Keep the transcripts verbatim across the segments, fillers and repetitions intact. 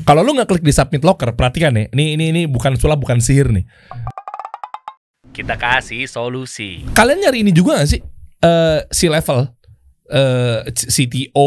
Kalau lu nggak klik di submit locker, perhatikan nih, ini ini ini bukan sulap, bukan sihir nih. Kita kasih solusi. Kalian nyari ini juga nggak sih? Uh, si level, uh, C T O,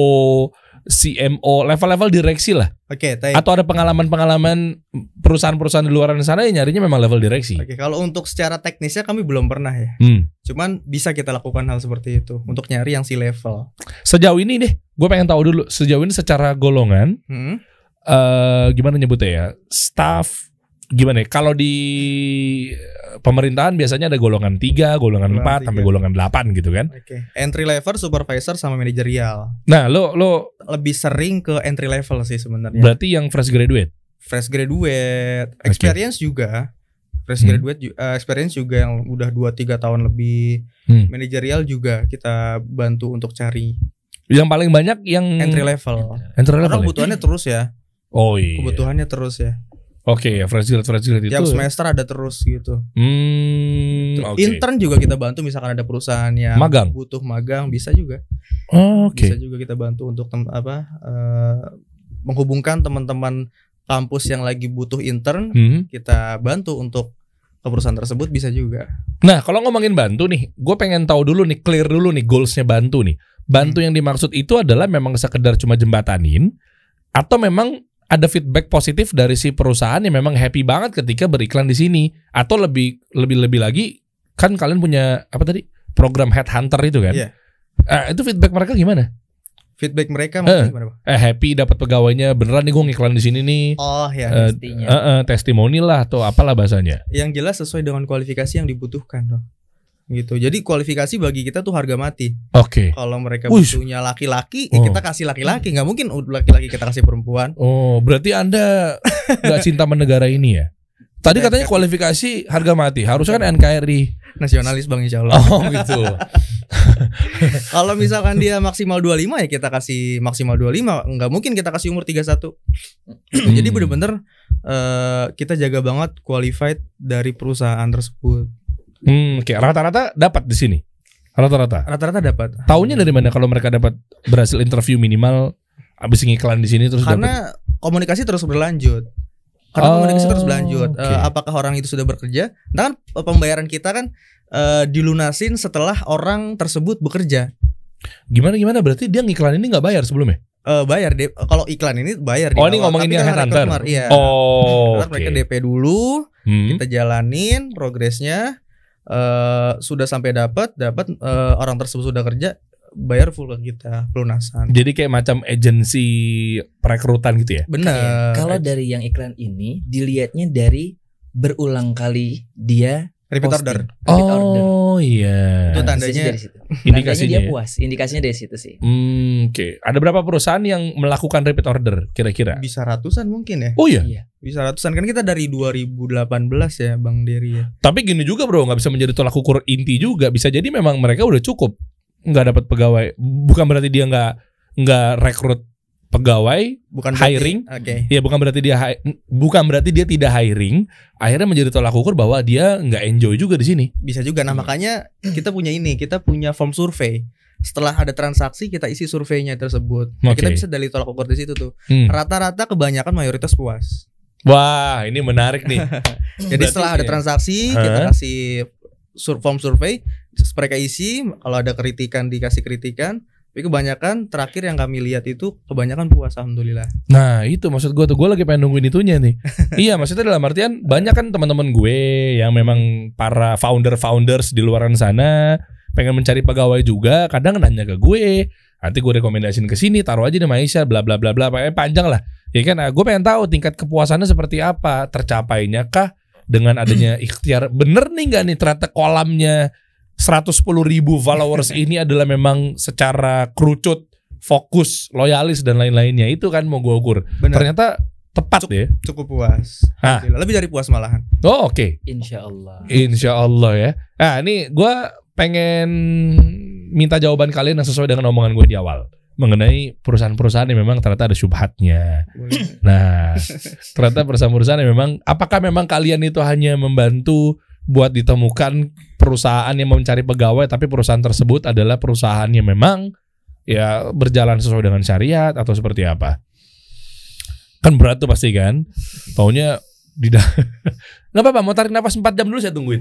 C M O, level-level direksi lah. Oke, okay, atau ada pengalaman-pengalaman perusahaan-perusahaan di luar sana yang nyarinya memang level direksi. Oke, okay, kalau untuk secara teknisnya kami belum pernah ya. Hmm. Cuman bisa kita lakukan hal seperti itu untuk nyari yang si level. Sejauh ini nih, gue pengen tahu dulu. Sejauh ini secara golongan. Hmm. Uh, gimana nyebutnya ya, staff gimana ya? Kalau di pemerintahan biasanya ada golongan tiga, golongan empat sampai golongan delapan gitu kan. Oke. Okay. Entry level, supervisor sama manajerial. Nah, lo lo lebih sering ke entry level sih sebenarnya. Berarti yang fresh graduate. Fresh graduate, experience okay. juga. Fresh hmm. graduate uh, experience juga yang udah dua tiga tahun lebih. Hmm. Manajerial juga kita bantu untuk cari. Yang paling banyak yang entry level. Entry level. Karena kebutuhannya ya? Terus ya. Oh iya. Kebutuhannya terus ya. Oke okay, ya, fresh graduate, fresh graduate itu. Tiap semester ada terus gitu. Hmm, okay. Intern juga kita bantu, misalkan ada perusahaan yang magang. butuh magang bisa juga. Oh, Oke. Okay. Bisa juga kita bantu untuk tem- apa uh, menghubungkan teman-teman kampus yang lagi butuh intern, hmm. kita bantu untuk ke perusahaan tersebut bisa juga. Nah, kalau ngomongin bantu nih, gue pengen tahu dulu nih, clear dulu nih goalsnya bantu nih. Bantu hmm. yang dimaksud itu adalah memang sekedar cuma jembatanin, atau memang ada feedback positif dari si perusahaan yang memang happy banget ketika beriklan di sini, atau lebih lebih lebih lagi kan kalian punya apa tadi program headhunter itu kan? Yeah. Uh, itu feedback mereka gimana? Feedback mereka eh, gimana, Pak? Eh happy dapat pegawainya beneran nih, gue ngiklan di sini nih. Oh ya, uh, uh, uh, testimoni lah atau apalah bahasanya. Yang jelas sesuai dengan kualifikasi yang dibutuhkan, loh. Gitu. Jadi kualifikasi bagi kita tuh harga mati. Oke. Okay. Kalau mereka Uish. butuhnya laki-laki, oh. ya kita kasih laki-laki. Nggak mungkin laki-laki kita kasih perempuan. Oh, berarti Anda nggak cinta sama negara ini ya? Tadi katanya kualifikasi harga mati. Harusnya kan N K R I. Nasionalis Bang, insya Allah. Oh gitu. Kalau misalkan dia maksimal dua puluh lima ya kita kasih maksimal dua puluh lima. Nggak mungkin kita kasih umur tiga puluh satu. hmm. Jadi bener-bener uh, kita jaga banget qualified dari perusahaan tersebut. Hmm, oke. Okay. Rata-rata dapat di sini. Rata-rata. Rata-rata dapat. Taunya dari mana kalau mereka dapat berhasil interview minimal abis ngiklan di sini terus? Karena dapet? Komunikasi terus berlanjut. Karena oh, komunikasi terus berlanjut. Okay. Uh, apakah orang itu sudah bekerja? Nah kan pembayaran kita kan uh, dilunasin setelah orang tersebut bekerja. Gimana gimana? Berarti dia ngiklan ini nggak bayar sebelumnya? Uh, bayar deh. Kalau iklan ini bayar. Oh ini ngomongin yang headhunter. Iya. Oh. Okay. Mereka D P dulu, hmm. kita jalanin progresnya. Uh, sudah sampai dapat dapat uh, orang tersebut sudah kerja, bayar full ke kita pelunasan. Jadi kayak macam agensi perekrutan gitu ya? Benar. Kalau dari yang iklan ini dilihatnya dari berulang kali dia repeat order. Repeat oh order. iya. Itu tandanya dari situ. Indikasinya dia ya? puas. Indikasinya dari situ sih. Hmm, Oke. Okay. Ada berapa perusahaan yang melakukan repeat order kira-kira? Bisa ratusan mungkin ya. Oh iya. iya. Bisa ratusan kan kita dari dua ribu delapan belas ya Bang Dery ya. Tapi gini juga bro, nggak bisa menjadi tolak ukur inti juga. Bisa jadi memang mereka udah cukup nggak dapat pegawai. Bukan berarti dia nggak nggak rekrut pegawai, bukan hiring. Oke. Okay. Ya bukan berarti dia bukan berarti dia tidak hiring. Akhirnya menjadi tolak ukur bahwa dia nggak enjoy juga di sini. Bisa juga. Nah makanya kita punya ini, kita punya form survei. Setelah ada transaksi kita isi surveinya tersebut. Nah, okay. Kita bisa dari tolak ukur di situ tuh. Hmm. Rata-rata kebanyakan mayoritas puas. Wah ini menarik nih. Jadi setelah ada transaksi huh? kita kasih sur- form survei, mereka isi. Kalau ada kritikan dikasih kritikan. Tapi kebanyakan terakhir yang kami lihat itu kebanyakan puas, alhamdulillah. Nah itu maksud gue tuh, gue lagi pengen nungguin itunya nih. Iya maksudnya dalam artian banyak kan teman-teman gue yang memang para founder-founders di luaran sana pengen mencari pegawai juga, kadang nanya ke gue, nanti gue rekomendasiin ke sini, taruh aja di Maisha, bla bla bla bla, panjang lah. Ya kan, nah, gue pengen tahu tingkat kepuasannya seperti apa, tercapainya kah dengan adanya ikhtiar. Bener nih nggak nih ternyata kolamnya seratus sepuluh ribu followers ini adalah memang secara kerucut, fokus, loyalis dan lain-lainnya. Itu kan mau gue ukur. Bener. Ternyata tepat cukup, ya. Cukup puas. Ah. Lebih dari puas malahan. Oh oke. Okay. Insya Allah. Insya Allah ya. Nah ini gue pengen minta jawaban kalian yang sesuai dengan omongan gue di awal mengenai perusahaan-perusahaan yang memang ternyata ada syubhatnya. Nah ternyata perusahaan-perusahaan yang memang, apakah memang kalian itu hanya membantu buat ditemukan perusahaan yang mencari pegawai, tapi perusahaan tersebut adalah perusahaan yang memang ya berjalan sesuai dengan syariat atau seperti apa? Kan berat tuh pasti kan. Taunya di da- nggak apa-apa, mau tarik nafas empat jam dulu saya tungguin.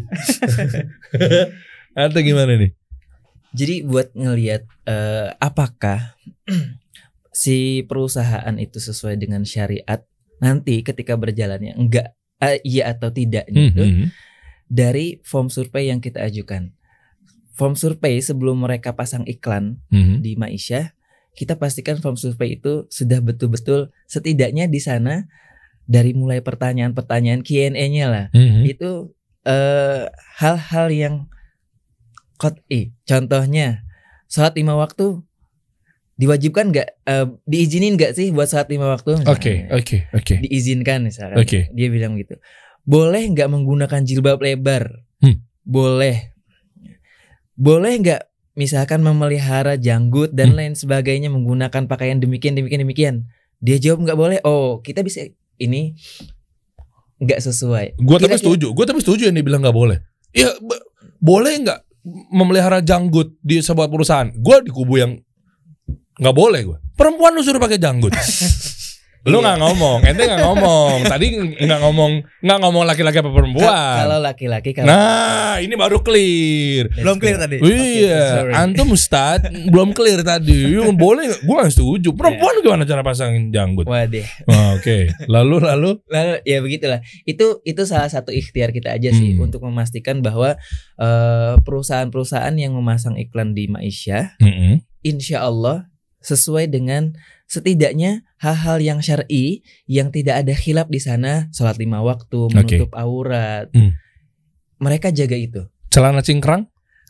Atau gimana nih? Jadi buat ngelihat eh, apakah si perusahaan itu sesuai dengan syariat nanti ketika berjalannya enggak eh, iya atau tidaknya itu Mhm. dari form survei yang kita ajukan. Form survei sebelum mereka pasang iklan Mhm. di Maisha, kita pastikan form survei itu sudah betul-betul setidaknya di sana dari mulai pertanyaan-pertanyaan Q and A-nya lah. Mhm. Itu eh, hal-hal yang qot'i. Contohnya sholat lima waktu diwajibkan nggak? Eh, diizinin nggak sih buat sholat lima waktu? Oke, Misalnya. oke, oke. Diizinkan misalkan. Oke. Dia bilang gitu. Boleh nggak menggunakan jilbab lebar? Hmm. Boleh. Boleh nggak misalkan memelihara janggut dan Hmm. lain sebagainya menggunakan pakaian demikian demikian demikian? Dia jawab nggak boleh. Oh, kita bisa ini nggak sesuai. Gue tapi Kira-kira- setuju, gue tapi setuju yang dibilang nggak boleh. Iya, b- boleh nggak memelihara janggut di sebuah perusahaan? Gue di kubu yang nggak boleh gue. Perempuan lu suruh pakai janggut. Lu nggak ngomong, ente nggak ngomong. Tadi nggak ngomong, nggak ngomong laki-laki apa perempuan. Ka- kalau laki-laki kalau Nah, ini baru clear. Belum clear tadi. Iya, sorry. antum Ustad belum clear tadi. Boleh nggak? Gue nggak setuju. Perempuan gimana cara pasangin janggut? Waduh. Oh, Oke, lalu lalu. Lalu ya begitulah. Itu itu salah satu ikhtiar kita aja sih Hmm. untuk memastikan bahwa eh, perusahaan-perusahaan yang memasang iklan di Maisha, Mm-mm. insya Allah sesuai dengan setidaknya hal-hal yang syar'i yang tidak ada khilaf di sana, sholat lima waktu, menutup aurat. Hmm. Mereka jaga itu. Celana cingkrang?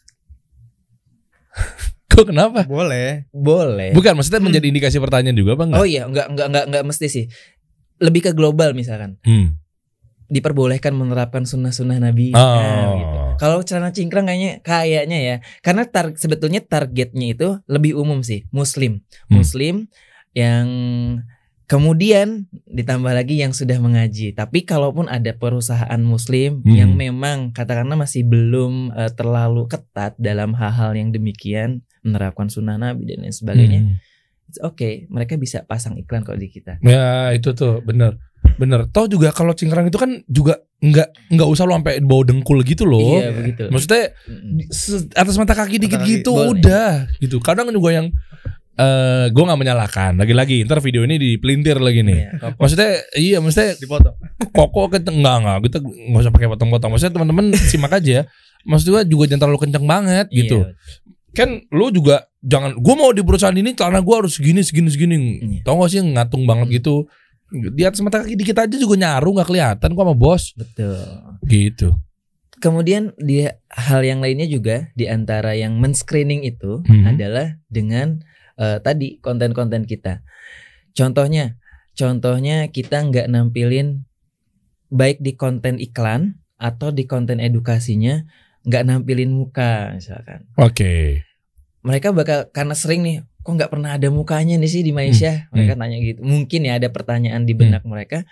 Kok kenapa? Boleh. Boleh. Bukan, maksudnya menjadi indikasi pertanyaan juga apa enggak? Oh iya, enggak enggak enggak enggak mesti sih. Lebih ke global misalkan. Hmm. Diperbolehkan menerapkan sunnah-sunnah Nabi. Oh. Nah, gitu. Kalau celana cingkrang kayaknya kayaknya ya, karena tar- sebetulnya targetnya itu lebih umum sih, muslim, Hmm. muslim yang kemudian ditambah lagi yang sudah mengaji. Tapi kalaupun ada perusahaan muslim Hmm. yang memang katakanlah masih belum eh, terlalu ketat dalam hal-hal yang demikian, menerapkan sunnah Nabi dan lain sebagainya, Hmm. it's okay, mereka bisa pasang iklan kalau di kita. Ya itu tuh bener bener. Toh juga kalau cingkrang itu kan juga nggak nggak usah lo sampai bau dengkul gitu loh. Iya begitu. Maksudnya Mm-mm. se- atas mata kaki dikit Mata kaki, gitu boleh. udah gitu. Kadang juga yang eh gue nggak menyalahkan. Lagi-lagi ntar video ini dipelintir lagi nih. Iya, kok- Maksudnya iya maksudnya Dipotong. koko kita enggak enggak kita nggak usah pakai potong-potong. Maksudnya teman-teman simak aja. Maksud gue juga jangan terlalu kenceng banget gitu. Iya. Kan lu juga jangan gue mau di perusahaan ini celana gue harus segini segini segini. Iya. Tau gak sih ngatung banget gitu. Di atas mata kaki dikit aja juga nyaru nggak kelihatan kok sama bos Betul. gitu. Kemudian di hal yang lainnya juga di antara yang men-screening itu Hmm. adalah dengan eh, tadi konten-konten kita. Contohnya, contohnya kita nggak nampilin baik di konten iklan atau di konten edukasinya nggak nampilin muka misalkan. Oke. Mereka bakal karena sering nih, kok nggak pernah ada mukanya nih sih di Maisha. Mereka tanya gitu. Mungkin ya ada pertanyaan di benak mereka.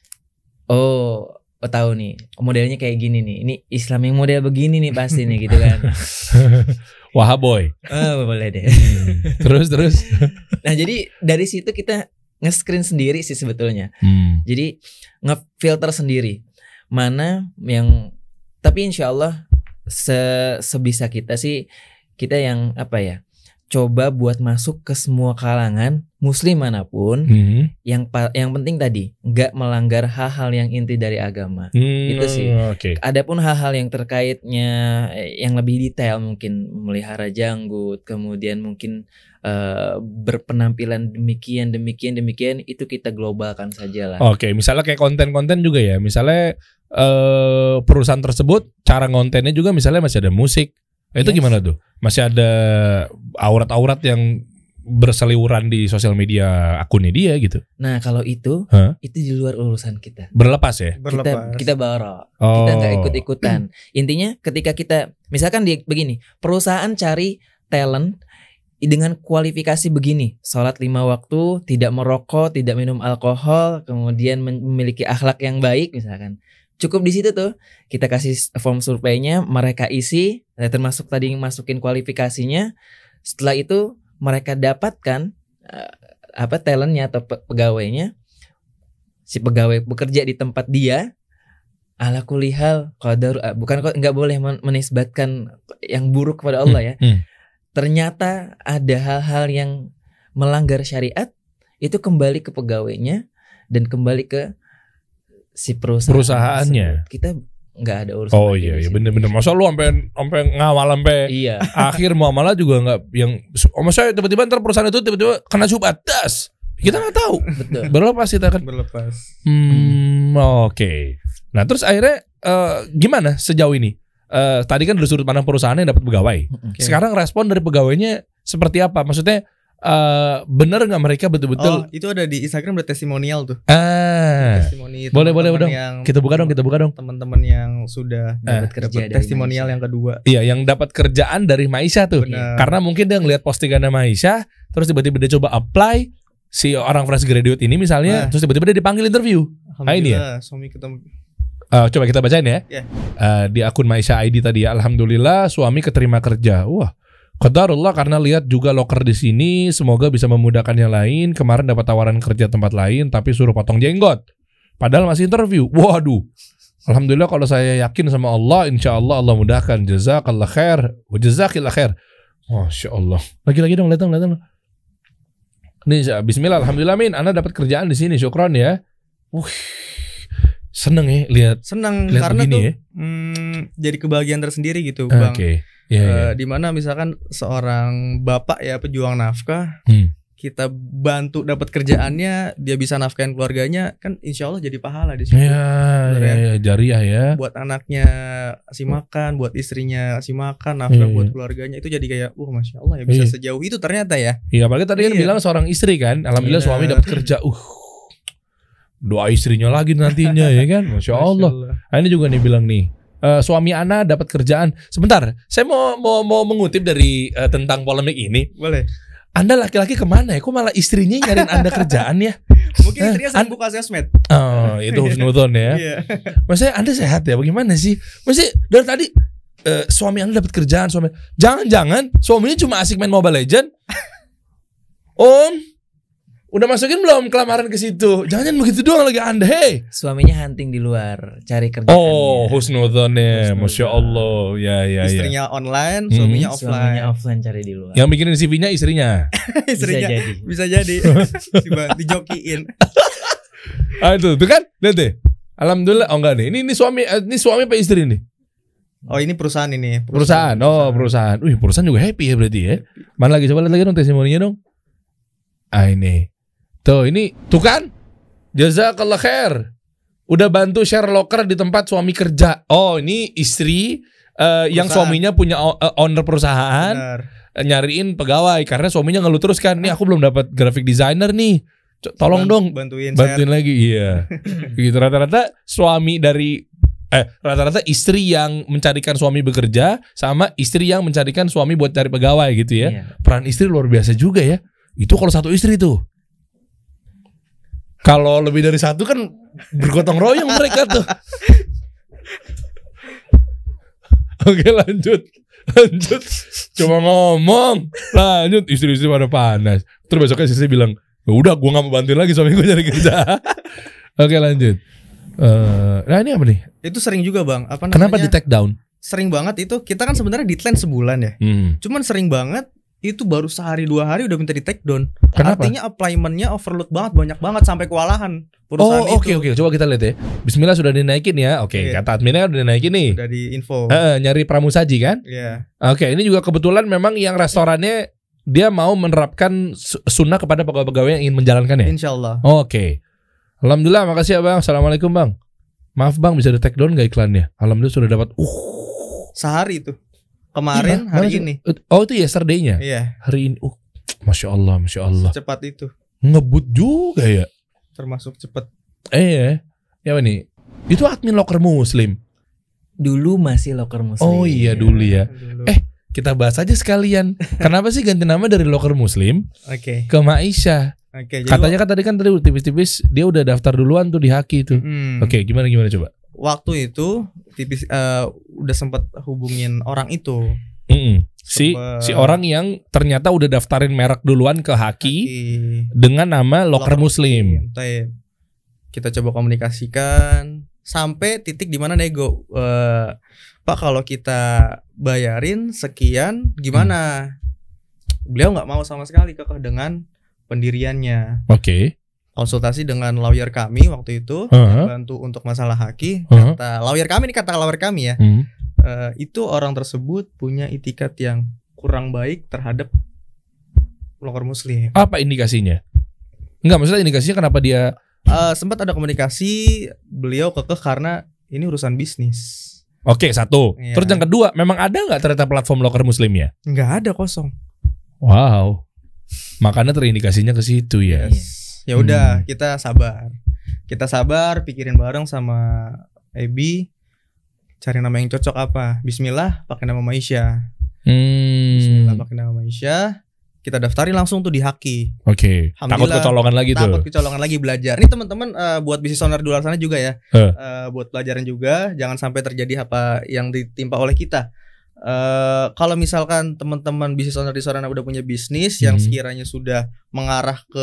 Oh, oh tahu nih modelnya kayak gini nih. Ini Islam yang model begini nih pasti nih gitu kan. Wahaboy. Oh boleh deh. Terus terus. Nah jadi dari situ kita nge-screen sendiri sih sebetulnya. Hmm. Jadi nge-filter sendiri mana yang. Tapi insya Allah se sebisa kita sih kita yang apa ya, coba buat masuk ke semua kalangan muslim manapun. Hmm. Yang pa- yang penting tadi nggak melanggar hal-hal yang inti dari agama. Hmm, Itu sih. Oke. Adapun hal-hal yang terkaitnya eh, yang lebih detail mungkin memelihara janggut, kemudian mungkin eh, berpenampilan demikian demikian demikian itu kita globalkan saja lah. Oke, misalnya kayak konten-konten juga ya. Misalnya eh, perusahaan tersebut cara ngontennya juga misalnya masih ada musik. Itu Yes. gimana tuh? Masih ada aurat-aurat yang berseliweran di sosial media akunnya dia gitu. Nah kalau itu Hah? itu di luar urusan kita. Berlepas ya? Kita Berlepas. kita bara. Oh. Kita nggak ikut-ikutan. Intinya ketika kita misalkan di begini, perusahaan cari talent dengan kualifikasi begini, sholat lima waktu, tidak merokok, tidak minum alkohol, kemudian mem- memiliki akhlak yang baik misalkan. Cukup di situ tuh kita kasih form surveinya, mereka isi, termasuk tadi masukin kualifikasinya. Setelah itu mereka dapatkan uh, apa talentnya atau pe- pegawainya. si pegawai bekerja di tempat dia, ala kulihal qadar, bukan kok nggak boleh men- menisbatkan yang buruk kepada Allah ya. Hmm, hmm. Ternyata ada hal-hal yang melanggar syariat, itu kembali ke pegawainya dan kembali ke si perusahaan Perusahaannya. tersebut. Kita nggak ada urusan. Oh lagi iya di iya situ. bener-bener. Masa lu sampai sampai ngawal sampai Iya. akhir muamalah juga nggak yang oh, masa tiba-tiba ntar perusahaan itu tiba-tiba kena syubhat das. Kita nggak tahu. Betul. Berlepas kita kan. Berlepas. Hmm, oke. Nah, terus akhirnya eh, gimana sejauh ini? Eh, tadi kan dari sudut pandang perusahaan yang dapat pegawai. Oke. Sekarang respon dari pegawainya seperti apa? Maksudnya eh, bener nggak mereka Oh, betul-betul itu ada di Instagram, ada testimonial tuh. ah Testimoni boleh, boleh, teman-teman dong. yang kita buka dong, kita buka dong. teman-teman yang sudah Dapat kerja dapat dari testimonial Malaysia. yang kedua. Iya, yang dapat kerjaan dari Maisha tuh. Benar. Karena mungkin dia ngelihat postingannya Maisha, terus tiba-tiba dia coba apply si orang fresh graduate ini misalnya, Nah. terus tiba-tiba dia dipanggil interview. Ah, ini ya? Alhamdulillah, suami ketemu. Eh, coba kita bacain ya. Ya. Eh, di akun Maisha I D tadi ya. Alhamdulillah suami keterima kerja. Wah, qadarullah karena lihat juga loker di sini, semoga bisa memudahkan yang lain. Kemarin dapat tawaran kerja tempat lain tapi suruh potong jenggot. Padahal masih interview. Waduh. Alhamdulillah kalau saya yakin sama Allah, insya Allah Allah mudahkan. Jazakallah khair. Wa jazakillah khair. Masya Allah. Lagi-lagi dong, lihat dong, lihat dong. Ini bismillah, alhamdulillah min, Anda dapat kerjaan di sini, syukron ya. Wih, seneng ya lihat Senang lihat karena begini tuh ya. hmm, jadi kebahagiaan tersendiri gitu, Oke, Bang. ya, ya. Eh, dimana misalkan seorang bapak ya pejuang nafkah, Hmm. kita bantu dapat kerjaannya, dia bisa nafkahin keluarganya, kan insya Allah jadi pahala di situ. Ya, Bener ya, ya, jariah ya. Buat anaknya kasih makan, buat istrinya kasih makan, nafkah Iya, buat iya. keluarganya, itu jadi kayak, wah masya Allah ya bisa Iya. sejauh itu ternyata ya. Iya, apalagi tadi kan Iya. bilang seorang istri kan, alhamdulillah Iya. suami dapat kerja. Uh, doa istrinya lagi nantinya ya kan, masya Allah. Nah, ini juga nih bilang nih, eh, suami Ana dapat kerjaan. Sebentar, saya mau mau mau mengutip dari eh, tentang polemik ini. Boleh. Anda laki-laki kemana ya? Kok malah istrinya yang nyariin Anda kerjaan ya? Mungkin Eh, istrinya sering an- buka sosmed. Oh, itu husnudon ya. Iya. Maksudnya Anda sehat ya? Bagaimana sih? Maksudnya dari tadi eh, suami Anda dapat kerjaan, suami. Jangan-jangan suaminya cuma asik main Mobile Legend. Om, udah masukin belum kelamaran ke situ? Jangan begitu doang lagi Anda. Hey. Suaminya hunting di luar, cari kerjaan. Oh, husnudon ya. Husnudon. Masya Allah. Ya, ya, ya. Istrinya online, Hmm. suaminya Suaminya offline. offline cari di luar. Yang bikinin C V-nya istrinya. Istrinya Bisa jadi. bisa jadi Diba- dijokiin. Ah itu, tuh kan? Lihat deh. Alhamdulillah. Oh enggak nih. Ini ini suami eh, ini suami apa istri nih? Oh ini perusahaan ini. Perusahaan. Oh, perusahaan. Wih, perusahaan juga happy ya berarti ya. Mana lagi? Coba lihat lagi dong testimoninya dong. Ah ini. Tuh, ini tuh kan? Jazakallah khair. Udah bantu share locker di tempat suami kerja. Oh, ini istri eh, yang Perusahaan. suaminya punya o- eh, owner perusahaan, Benar. eh, nyariin pegawai karena suaminya ngeluh terus kan. Nih aku belum dapat graphic designer nih. Co- Tolong Ban- dong bantuin, bantuin share. lagi. Iya. Gitu rata-rata suami dari eh rata-rata istri yang mencarikan suami bekerja sama istri yang mencarikan suami buat cari pegawai gitu ya. Iya. Peran istri luar biasa juga ya. Itu kalau satu istri tuh. Kalau lebih dari satu kan bergotong royong mereka tuh. Oke lanjut. Lanjut. Cuma ngomong. Lanjut. Istri-istri pada panas. Terus besoknya istri bilang, "Ya udah gue gak mau bantuin lagi suami gue cari kerja." Oke lanjut. Eh, nah ini apa nih? Itu sering juga bang. Apa namanya? Kenapa di take down? Sering banget itu. Kita kan sebenarnya deadline sebulan ya. Hmm. Cuman sering banget itu baru sehari dua hari udah minta di take down. Kenapa? Artinya applymentnya overload banget, banyak banget sampai kewalahan perusahaan Oh oke itu. oke. Coba kita lihat ya. Bismillah sudah dinaikin ya. Oke. Iya. Kata adminnya udah dinaikin nih. Udah di info. Eh, nyari pramusaji kan? Iya. Oke, ini juga kebetulan memang yang restorannya dia mau menerapkan su- sunnah kepada pegawai-pegawai yang ingin menjalankan ya. Insya Allah. Oke, alhamdulillah, makasih ya bang. Assalamualaikum bang. Maaf bang, bisa di take down gak iklannya? Alhamdulillah sudah dapat. Uh, Sehari itu. Kemarin Ih, hari mana sih? ini. Oh itu yesterday-nya. Iya. Hari ini. Uh, masya Allah, masya Allah. Cepat itu. Ngebut juga ya. Termasuk cepat. Eh ya, ya apa nih? Itu admin locker muslim. Dulu masih locker muslim. Oh iya dulu ya. Dulu. Eh, kita bahas aja sekalian. Kenapa sih ganti nama dari locker muslim Oke. ke Maisha? Oke. jadi Katanya kan tadi kan tadi tipis-tipis dia udah daftar duluan tuh di Haki itu. Hmm. Oke, gimana gimana coba? Waktu itu tipis eh, udah sempat hubungin orang itu. Mm-mm. Si Sempet- si orang yang ternyata udah daftarin merek duluan ke Haki Oke. dengan nama locker muslim. Taib. kita coba komunikasikan sampai titik dimana nego. Uh, Pak kalau kita bayarin sekian gimana? Hmm. Beliau nggak mau sama sekali kekeh dengan pendiriannya. Oke. Okay. Konsultasi dengan lawyer kami waktu itu, uh-huh. bantu untuk masalah haki. Uh-huh. Kata lawyer kami ini kata lawyer kami ya, hmm. uh, itu orang tersebut punya itikat yang kurang baik terhadap blogger muslim. Apa indikasinya? Enggak, maksudnya indikasinya kenapa dia uh, sempat ada komunikasi, beliau kekeh karena ini urusan bisnis. Oke, satu. Iya. Terus yang kedua, memang ada nggak ternyata platform blogger muslimnya? Nggak ada, kosong. Wow. Makanya terindikasinya ke situ ya. Yes. Ya udah, hmm. kita sabar. Kita sabar, pikirin bareng sama Ebi. Cari nama yang cocok apa? Bismillah, pakai nama Maisha. Hmm. Bismillah, pakai nama Maisha. Kita daftarin langsung tuh di Haki. Oke. Okay. Takut kecolongan lagi tuh. Takut kecolongan lagi belajar. Ini teman-teman uh, buat bisnis owner di luar sana juga ya. Huh. Uh, buat pelajaran juga. Jangan sampai terjadi apa yang ditimpa oleh kita. Uh, kalau misalkan teman-teman bisnis owner di sana udah punya bisnis hmm. yang sekiranya sudah mengarah ke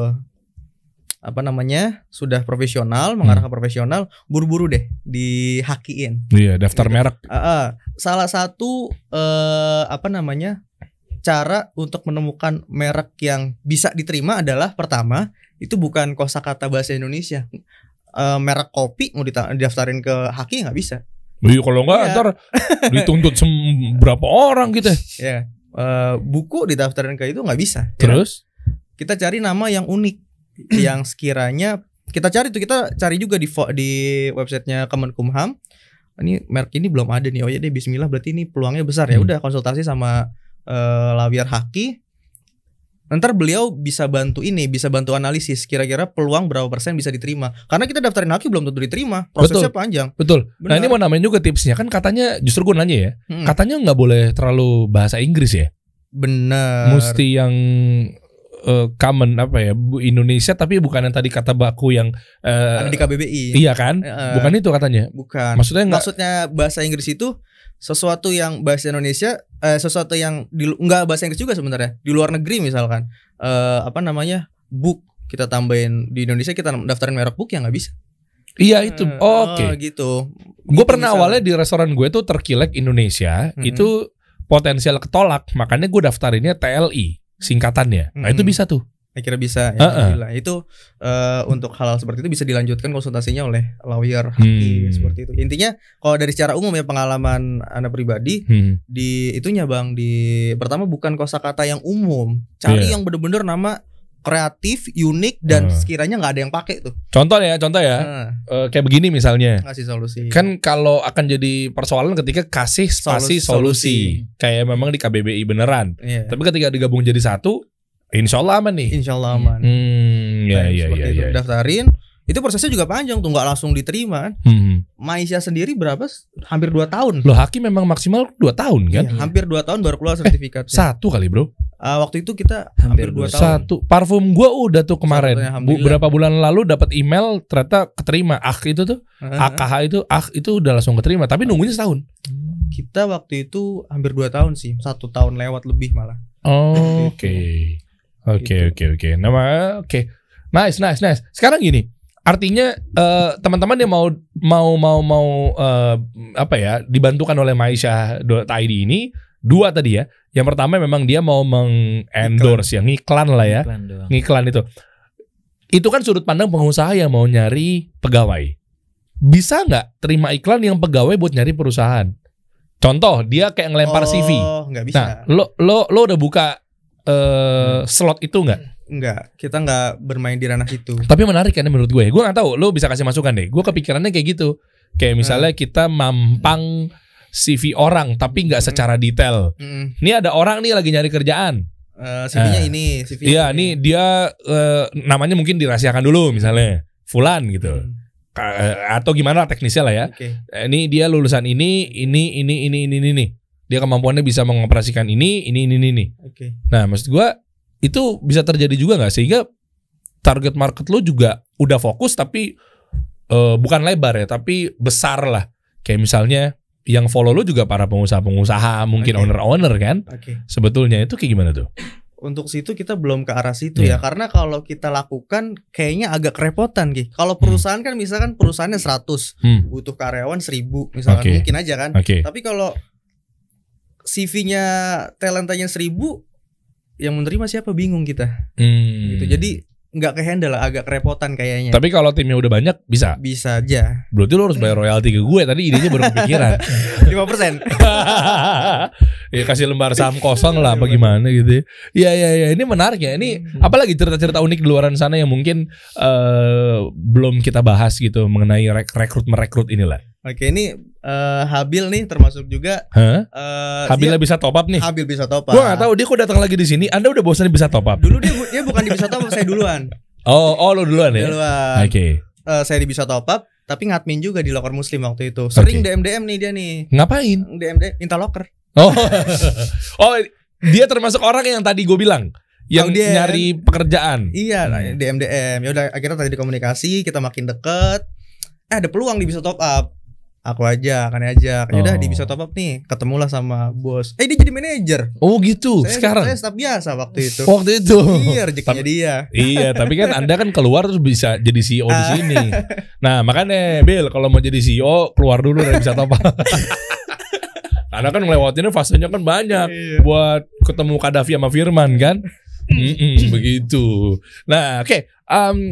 apa namanya, sudah profesional, mengarah hmm. ke profesional, buru-buru deh dihakiin. Iya, daftar gitu. Merek. Uh, uh, salah satu uh, apa namanya? Cara untuk menemukan merek yang bisa diterima adalah pertama itu bukan kosakata bahasa Indonesia. E, merek kopi mau didaftarin ke Haki nggak bisa. Iya, kalau nggak ya. Ntar dituntut berapa orang gitu. Ya, e, buku didaftarin ke itu nggak bisa. Terus ya. Kita cari nama yang unik, yang sekiranya kita cari tuh kita cari juga di di websitenya Kemenkumham. Ini merek ini belum ada nih. Oh ya deh, Bismillah berarti ini peluangnya besar ya. Udah konsultasi sama Uh, lawyer Haki, ntar beliau bisa bantu ini, bisa bantu analisis kira-kira peluang berapa persen bisa diterima. Karena kita daftarin Haki belum tentu diterima, prosesnya betul, panjang. Betul. Benar. Nah ini mau namain juga tipsnya, kan katanya justru gue nanya ya, hmm. katanya nggak boleh terlalu bahasa Inggris ya. Benar. Mesti yang uh, common apa ya, Indonesia tapi bukan yang tadi kata baku yang uh, ada di K B B I. Iya kan? Uh, bukan itu katanya. Bukan. Maksudnya nggak? Maksudnya bahasa Inggris itu sesuatu yang bahasa Indonesia, eh, sesuatu yang di, enggak bahasa Inggris juga sebenarnya di luar negeri misalkan eh, apa namanya book kita tambahin di Indonesia kita daftarin merek book yang nggak bisa. Iya itu, oh, oke. Okay. Gitu. Gue pernah misalnya. Awalnya di restoran gue tuh terkilek Indonesia mm-hmm. itu potensial ketolak, makanya gue daftarinnya T L I singkatannya. Mm-hmm. Nah itu bisa tuh. Saya kira bisa ya, uh-uh. Itu uh, untuk hal-hal seperti itu bisa dilanjutkan konsultasinya oleh lawyer Haki hmm. seperti itu. Intinya kalau dari secara umum ya pengalaman Anda pribadi hmm. di itunya Bang, di pertama bukan kosakata yang umum, cari yeah. yang bener-bener nama kreatif, unik dan uh. sekiranya nggak ada yang pakai tuh. Contoh ya, contoh ya, uh. Uh, kayak begini misalnya. Kasih solusi. Kan kalau akan jadi persoalan ketika kasih spasi solusi, solusi. kayak memang di K B B I beneran. Yeah. Tapi ketika digabung jadi satu. Insya Allah aman nih. Insya Allah aman. Hmm, ya, ya, ya, ya. Daftarin, itu prosesnya juga panjang tuh, nggak langsung diterima kan. Hmm. Maisha sendiri berapa? Hampir dua tahun. Loh Haki memang maksimal dua tahun kan? Iya, hampir dua tahun baru keluar sertifikatnya. Eh, satu kali bro. Uh, waktu itu kita hampir dua tahun. Satu. Parfum gua udah tuh kemarin. Beberapa bulan lalu dapat email ternyata keterima. Ah itu tuh, uh-huh. A K H itu, ah itu udah langsung keterima. Tapi nunggunya setahun. Kita waktu itu hampir dua tahun sih, satu tahun lewat lebih malah. Oh, oke. Okay. Oke oke oke. Nama oke. Okay. Nice nice nice. Sekarang gini, artinya uh, teman-teman yang mau mau mau mau uh, apa ya, dibantukan oleh Maisha dot I D ini dua tadi ya. Yang pertama memang dia mau mengendorse ya, ngiklan lah ya. Ngiklan, ngiklan itu. Itu kan sudut pandang pengusaha yang mau nyari pegawai. Bisa nggak terima iklan yang pegawai buat nyari perusahaan? Contoh, dia kayak ngelempar oh, C V. Nggak bisa. Nah, lo lo lo udah buka Uh, slot itu nggak? Enggak, kita nggak bermain di ranah itu. Tapi menarik kan menurut gue. Gue nggak tahu, lo bisa kasih masukan deh. Gue kepikirannya kayak gitu. Kayak misalnya hmm. kita mampang C V orang, tapi nggak secara detail. Hmm. Ini ada orang nih lagi nyari kerjaan. Uh, C V-nya uh, ini, C V-nya iya, nih dia uh, namanya mungkin dirahasiakan dulu, misalnya Fulan gitu. Hmm. Uh, atau gimana teknisnya lah ya. Okay. Uh, ini dia lulusan ini, ini, ini, ini, ini, ini. ini. Dia kemampuannya bisa mengoperasikan ini, ini, ini, ini. Oke. Nah, maksud gue itu bisa terjadi juga nggak, sehingga target market lo juga udah fokus tapi uh, bukan lebar ya, tapi besar lah. Kayak misalnya yang follow lo juga para pengusaha-pengusaha, mungkin okay. owner-owner kan. Okay. Sebetulnya itu kayak gimana tuh? untuk situ kita belum ke arah situ Iya. ya. Karena kalau kita lakukan kayaknya agak kerepotan Ki. Kalau perusahaan kan misalkan perusahaannya seratus, Hmm. butuh karyawan seribu misalkan, Oke. mungkin aja kan. Oke. Tapi kalau C V-nya talentanya seribu, yang menerima siapa, bingung kita. Hmm. Gitu. Jadi nggak ke-handle lah, agak kerepotan kayaknya. Tapi kalau timnya udah banyak bisa. Bisa aja. Berarti lu harus bayar royalti ke gue. Tadi idenya baru kepikiran. lima persen. Ya kasih lembar saham kosong lah apa gimana gitu. Ya ya ya ini menarik ya. Ini apalagi cerita-cerita unik di luaran sana yang mungkin eh, belum kita bahas gitu mengenai rek rekrut merekrut inilah. Oke, ini eh, Habil nih termasuk juga Hah? eh, Habila dia- bisa top up nih. Habil bisa top up. Gua nggak tahu dia kok datang lagi di sini. Anda udah bosan bisa top up. Dulu dia bu- dia bukan di bisa top up, saya duluan. Oh oh lo duluan ya. Duluan. Oke. Eh, saya di bisa top up, tapi ngadmin juga di loker muslim waktu itu. Sering Oke. D M D M nih dia nih. Ngapain? D M D M minta loker. Oh, oh dia termasuk orang yang tadi gue bilang yang Audien. nyari pekerjaan. Iya, nah, Hmm. D M D M. Ya udah akhirnya tadi dikomunikasi, kita makin deket. Eh ada peluang di bisa top up. Aku aja, kan aja. Ya udah Oh. di bisa top up nih, ketemulah sama bos. Eh dia jadi manajer. Oh gitu. Saya, Sekarang. saya staff biasa waktu itu. Waktu itu. Iya, rezekinya dia. Iya, tapi kan Anda kan keluar terus bisa jadi C E O di Ah. sini. Nah, makanya Bill kalau mau jadi C E O keluar dulu dari bisa top up. Karena kan ngelewatinnya fasenya kan banyak Iya. buat ketemu Kadafi sama Firman kan. Mm-mm, begitu. Nah, oke. Em,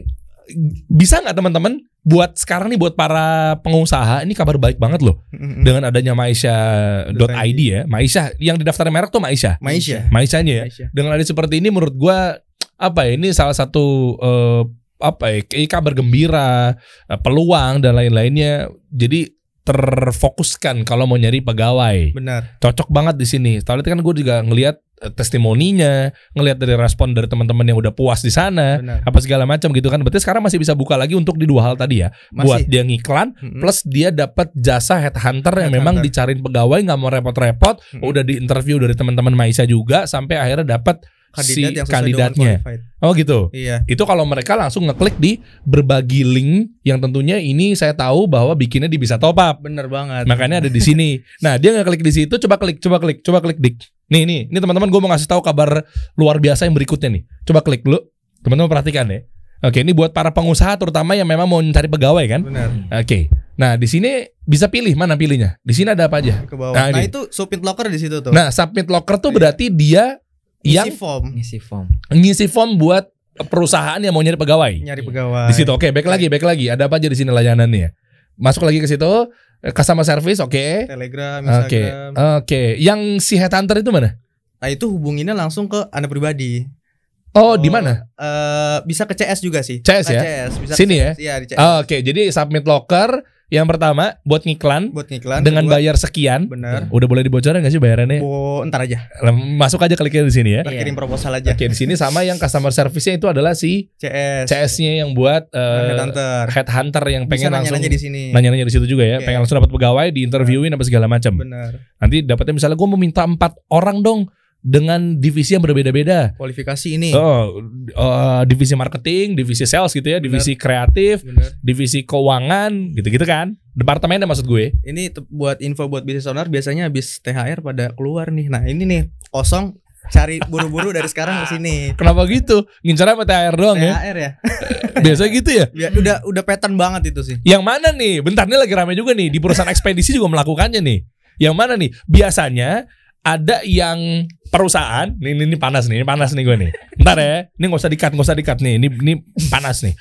bisa nggak teman-teman buat sekarang nih buat para pengusaha ini kabar baik banget loh Mm-mm. dengan adanya Maisha dot I D ya. Maisha yang didaftarin merek tuh Maisha. Maisha. Maishanya ya. Maisha. Dengan ada seperti ini menurut gua apa ya ini salah satu eh, apa ya kayak kabar gembira, eh, peluang dan lain-lainnya. Jadi terfokuskan kalau mau nyari pegawai. Benar. Cocok banget di sini. Soalnya kan gue juga ngelihat eh, testimoninya, ngelihat dari respon dari teman-teman yang udah puas di sana, Benar. apa segala macam gitu kan. Berarti sekarang masih bisa buka lagi untuk di dua hal tadi ya. Masih. Buat dia ngiklan Mm-mm. plus dia dapat jasa headhunter yang Headhunter. memang dicariin pegawai nggak mau repot-repot, Mm-mm. udah di interview dari teman-teman Maisha juga sampai akhirnya dapat kandidat si yang sesuai kandidatnya. dengan qualified. Oh gitu. Iya. Itu kalau mereka langsung ngeklik di berbagi link yang tentunya ini saya tahu bahwa bikinnya di bisa top up. Bener banget. Makanya ada di sini. Nah, dia ngeklik di situ, coba klik, coba klik, coba klik dik. Nih, nih, ini teman-teman gue mau ngasih tahu kabar luar biasa yang berikutnya nih. Coba klik dulu. Teman-teman perhatikan ya. Oke, ini buat para pengusaha terutama yang memang mau mencari pegawai kan. Benar. Oke. Nah, di sini bisa pilih mana pilihnya. Di sini ada apa aja. Ke bawah. Nah, Nah, ini. itu submit locker di situ tuh. Nah, submit locker tuh Iya. berarti dia Isi yang form, Ngisi form. ngisi form buat perusahaan yang mau nyari pegawai. nyari pegawai. Di situ. Oke, back lagi, back lagi. Ada apa aja di sini layanannya? Masuk lagi ke situ. Customer service, oke. Telegram, Oke. Instagram. Oke. Yang si headhunter itu mana? Nah, itu hubunginnya langsung ke Anda pribadi. Oh, di mana? Eh, bisa ke C S juga sih. C S Nah, ya? C S, bisa Sini ke ya? C S. Iya, di C S. Oh, oke, jadi submit locker yang pertama buat ngiklan Buat ngiklan dengan kedua, bayar sekian. benar. Udah boleh dibocorin nggak sih bayarannya? Bo, ntar aja. Masuk aja kliknya di sini ya. Ntar Iya. kirim proposal aja. Oke, di sini sama yang customer service-nya itu adalah si C S. C S-nya yang buat eh, Headhunter. headhunter yang Bisa pengen langsung nanya-nanya di sini. nanya-nanya di situ juga ya, Oke. pengen langsung dapat pegawai, diinterviewin apa segala macam. Benar. Nanti dapatnya misalnya gue mau minta empat orang dong dengan divisi yang berbeda-beda. Kualifikasi ini. Oh, eh, divisi marketing, divisi sales gitu ya, divisi kreatif, Benar. divisi keuangan, gitu-gitu kan. Departemennya maksud gue. Ini te- buat info buat business owner biasanya habis T H R pada keluar nih. Nah, ini nih kosong, cari buru-buru dari sekarang ke sini. Kenapa gitu? Ngincar sama T H R doang ya? T H R ya. Biasa gitu ya? Biar, udah udah pattern banget itu sih. Yang mana nih? Bentar, ini lagi rame juga nih. Di perusahaan ekspedisi juga melakukannya nih. Yang mana nih? Biasanya ada yang perusahaan, nih, ini, ini panas nih, ini panas nih gue nih. Bentar ya, ini gak usah di-cut, gak usah di-cut nih, ini, ini panas nih.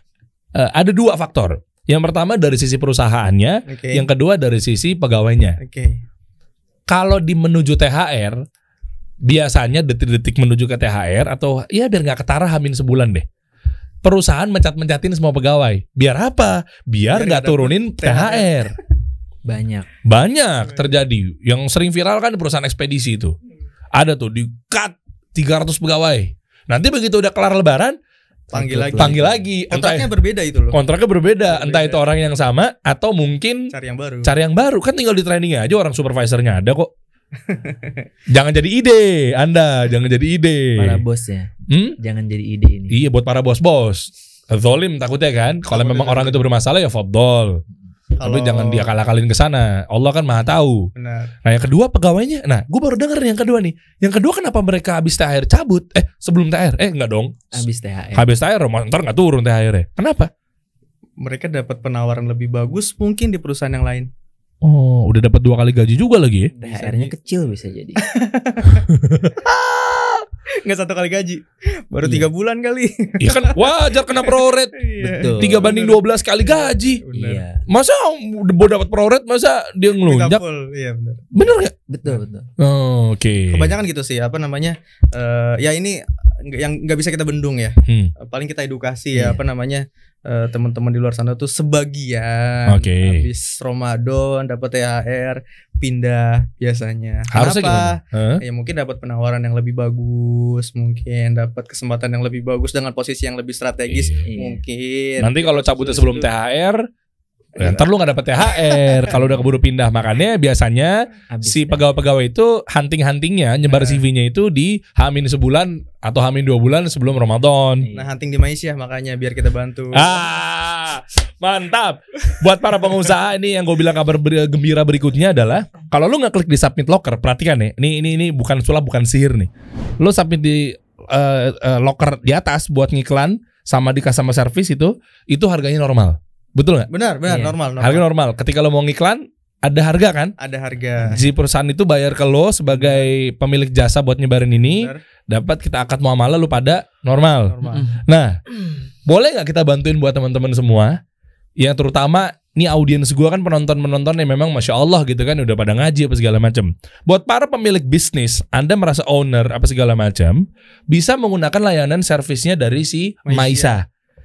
Eh, ada dua faktor. Yang pertama dari sisi perusahaannya, Oke. yang kedua dari sisi pegawainya. Oke. Kalau di menuju T H R, biasanya detik-detik menuju ke T H R atau ya biar nggak ketara hamin sebulan deh. Perusahaan mencat-mencatin semua pegawai. Biar apa? Biar Biar nggak nggak turunin T H R. Banyak. Banyak terjadi. Yang sering viral kan perusahaan ekspedisi itu. Ada tuh di cut tiga ratus pegawai. Nanti begitu udah kelar lebaran, Panggil lagi. panggil lagi. Kontraknya Entah, berbeda itu loh. kontraknya berbeda. Entah Berbeda. itu orang yang sama atau mungkin Cari yang baru. cari yang baru. Kan tinggal di training aja, orang supervisornya ada kok. Jangan jadi ide Anda, jangan jadi ide. Para bosnya. Hmm? Jangan jadi ide ini. Iya buat para bos-bos. Zolim takutnya kan. Kalau Takutnya memang orang zolim. itu bermasalah ya fadol. Tapi jangan dia kalah-kalahin ke sana. Allah kan Maha tahu. Benar. Nah, yang kedua pegawainya. Nah, gue baru denger yang kedua nih. Yang kedua kenapa mereka habis T H R cabut? Eh, sebelum T H R? Eh, enggak dong. Habis T H R. Habis T H R, ntar nggak turun T H R-nya. Kenapa? Mereka dapat penawaran lebih bagus mungkin di perusahaan yang lain. Oh, udah dapat dua kali gaji juga lagi ya? T H R-nya kecil bisa jadi. Nggak satu kali gaji, baru Iya. tiga bulan kali. Iya kan wajar kena pro rate. Betul. tiga banding dua belas kali gaji. Iya. Masa udah dapat pro rate, masa dia ngelunjak? Iya benar. Bener gak? Betul betul. Oh, oke. Kebanyakan gitu sih, apa namanya? eh, ya ini nggak- yang nggak bisa kita bendung ya. Hmm. Paling kita edukasi ya, Iya. apa namanya? eh, teman-teman di luar sana tuh sebagian Oke. habis Ramadan dapat T H R pindah biasanya. Harusnya Kenapa? gimana? Hah? Ya mungkin dapat penawaran yang lebih bagus, mungkin dapat kesempatan yang lebih bagus dengan posisi yang lebih strategis, Iya. mungkin. Nanti kalau cabutnya sebelum T H R, ya, ntar lu gak dapet T H R. Kalau udah keburu pindah, makanya biasanya Habis si pegawai-pegawai itu hunting-huntingnya nyebar Nah. C V-nya itu di H-min sebulan atau H-min dua bulan sebelum Ramadan. Nah, hunting di Malaysia makanya biar kita bantu. Ah, mantap. Buat para pengusaha ini yang gue bilang kabar ber- gembira berikutnya adalah kalau lu nggak klik di submit locker, perhatikan nih. Ini ini ini bukan sulap, bukan sihir nih. Lu submit di eh, eh, locker di atas buat ngiklan sama di customer service itu, itu harganya normal. Betul nggak? Benar, benar, Iya. normal, normal. Harga normal. Ketika lo mau ngiklan, ada harga kan? Ada harga. Si perusahaan itu bayar ke lo sebagai pemilik jasa buat nyebarin ini, Benar, dapat kita akad muamalah lu pada normal. normal. Nah, boleh nggak kita bantuin buat teman-teman semua? Yang terutama nih audiens gua kan penonton-penonton yang memang masya Allah gitu kan udah pada ngaji apa segala macam. Buat para pemilik bisnis, Anda merasa owner apa segala macam, bisa menggunakan layanan servisnya dari si Maisa. Maisa.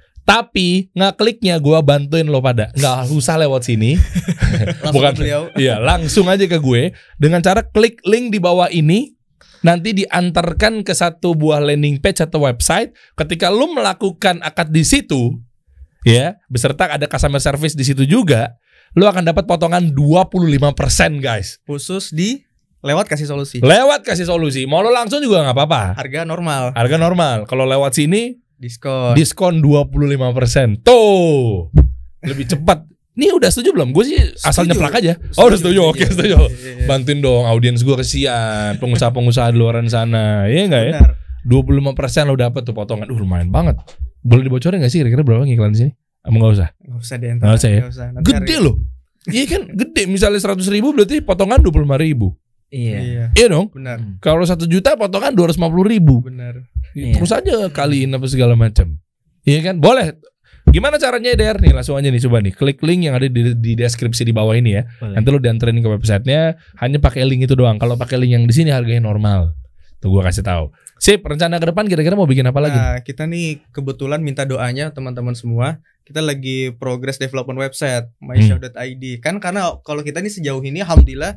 Tapi ngekliknya gua bantuin lo pada, nggak usah lewat sini. Langsung Bukan. ke beliau. Iya, langsung aja ke gue dengan cara klik link di bawah ini. Nanti diantarkan ke satu buah landing page atau website. Ketika lu melakukan akad di situ, ya, beserta ada customer service di situ juga, lu akan dapat potongan dua puluh lima persen, guys. Khusus di lewat kasih solusi. Lewat kasih solusi. Mau lo langsung juga nggak apa-apa. Harga normal, Harga normal. Kalau lewat sini diskon. diskon dua puluh lima persen. Tuh. Lebih cepat. Nih udah setuju belum? Gue sih asal Setuju. nyeplak aja. Oh, udah setuju. Oke, setuju. Iya, iya. Bantuin dong audiens gue, kesian pengusaha-pengusaha di luaran sana. Iya enggak ya? Benar. dua puluh lima persen lo dapet tuh potongan. Uh, lumayan banget. Boleh dibocorin gak sih kira-kira berapa ngiklan di sini? Emang enggak usah. Nggak usah deh, Nggak usah ya? nggak usah. Nanti Gede harga- loh. Iya kan, gede. Misalnya seratus ribu berarti potongan dua puluh lima ribu. Iya. Iya, Iya dong. benar, Kalau satu juta potongan dua ratus lima puluh ribu. benar. Iya. Terus aja kaliin apa segala macam. Iya kan? Boleh. Gimana caranya, Der? Nih langsung aja nih, coba nih klik link yang ada di, di deskripsi di bawah ini ya. Boleh. Nanti lu dianterin ke websitenya. Hanya pakai link itu doang. Kalau pakai link yang di sini harganya normal. Tuh gua kasih tahu. Sip, rencana ke depan kira-kira mau bikin apa lagi? Nah, kita nih kebetulan minta doanya teman-teman semua. Kita lagi progress development website maisha dot i d. Kan karena kalau kita nih sejauh ini alhamdulillah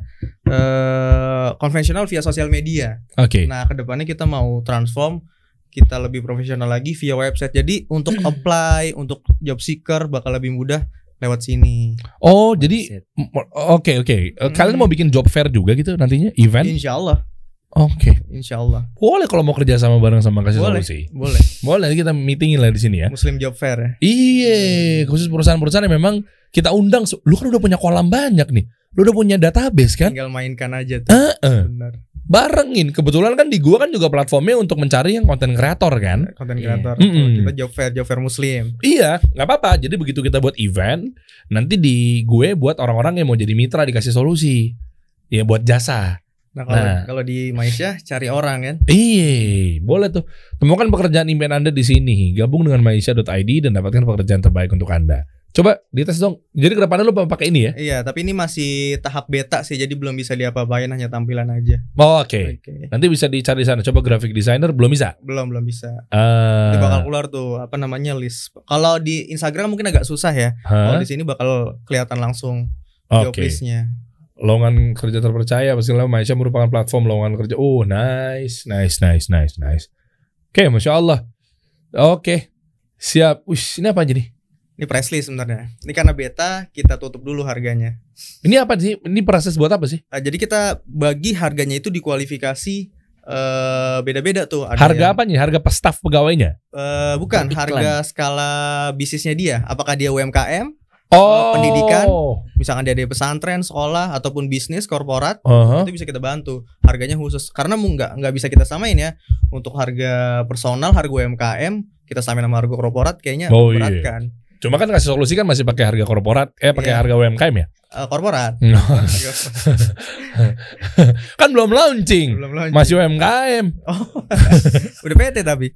eh, konvensional via sosial media. Oke. Nah, kedepannya kita mau transform, kita lebih profesional lagi via website. Jadi untuk apply, untuk job seeker bakal lebih mudah lewat sini. Oh, jadi Buset. m- oke oke. Eh, Kalian mau bikin job fair juga gitu nantinya, event? Insya Allah, Oke. insya Allah. Boleh kalau mau kerja sama bareng sama kasih Boleh, solusi. boleh. Boleh, nanti kita meetingin lah di sini ya. Muslim Job Fair ya. Iya, khusus perusahaan-perusahaan yang memang kita undang. Lu kan udah punya kolam banyak nih. Lu udah punya database kan? Tinggal mainkan aja tuh. Heeh. Benar. Barengin. Kebetulan kan di gua kan juga platformnya untuk mencari yang konten kreator kan. Konten Iya. kreator. Mm-mm. Kita job fair, job fair Muslim. Iya, nggak apa-apa. Jadi begitu kita buat event, nanti di gue buat orang-orang yang mau jadi mitra dikasih solusi. Ya buat jasa. Nah kalau Nah. kalau di Maisha cari orang kan. Iya, boleh tuh. Temukan pekerjaan impian Anda di sini. Gabung dengan maisha dot i d dan dapatkan pekerjaan terbaik untuk Anda. Coba dites dong. Jadi kedepannya lu pakai ini ya? Iya, tapi ini masih tahap beta sih, jadi belum bisa diapa-apain, hanya tampilan aja. Oh, oke. Oke. Nanti bisa dicari di sana. Coba graphic designer belum bisa. Belum belum bisa. Eh, Nanti bakal keluar tuh apa namanya list. Kalau di Instagram mungkin agak susah ya. Kalau hah? di sini bakal kelihatan langsung job Oke. listnya. Lowongan kerja terpercaya pasti Maisha merupakan platform lowongan kerja. Oh, nice, nice, nice, nice, nice. Oke, masya Allah. Oke, siap. Wih, ini apa aja nih? Ini price list sebenarnya. Ini karena beta kita tutup dulu harganya. Ini apa sih? Ini proses buat apa sih? Nah, jadi kita bagi harganya itu dikualifikasi eh, beda-beda tuh. Ada Harga yang- apa nih? Harga pas staff pegawainya? Eh, bukan Per iklan. harga skala bisnisnya dia. Apakah dia U M K M Oh, pendidikan. Misalkan dia ada pesantren, sekolah ataupun bisnis korporat, uh-huh. itu bisa kita bantu. Harganya khusus karena mu nggak nggak bisa kita samain ya. Untuk harga personal, harga U M K M kita samain sama harga korporat kayaknya Oh, berat iya. kan. Cuma kan kasih solusi kan masih pakai harga korporat, eh pakai Iya. harga U M K M ya? Uh, korporat. Kan belum launching. Belum launching. Masih U M K M. Oh, udah P T tapi.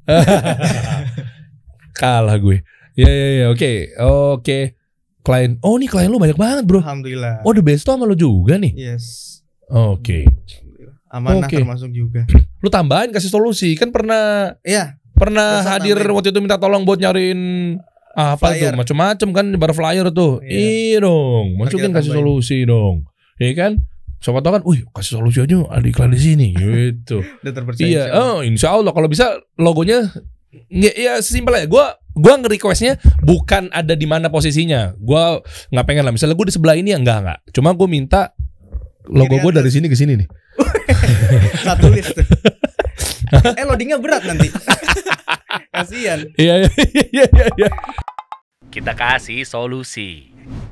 Kalah gue. Ya ya ya, oke. Oke. Klien. Oh, nih klien lu banyak banget, Bro. Alhamdulillah. Oh, The Besto sama lu juga nih. Yes. Oke. Amanah Oke. termasuk juga. Lu tambahin kasih solusi. Kan pernah Iya. pernah Besok hadir tambahin. waktu itu minta tolong buat nyariin apa Flyer. tuh macem-macem kan nyebar flyer tuh. Iya. Iya dong, Ntar masukin kita kasih tambahin. solusi dong. Iya kan? Siapa tahu kan, wih kasih solusi aja ada iklan di sini gitu. Udah terpercaya. Iya, insya Allah. oh insya Allah kalau bisa logonya ya, ya simpel aja. Gua gua nge-requestnya bukan ada di mana posisinya. Gua nggak pengen lah. Misalnya gue di sebelah ini ya enggak enggak. Cuma gue minta logo Kiri gue atas. dari sini ke sini nih. Satu list tuh. Eh loadingnya berat nanti. Kasian. Iya iya iya iya. Kita kasih solusi.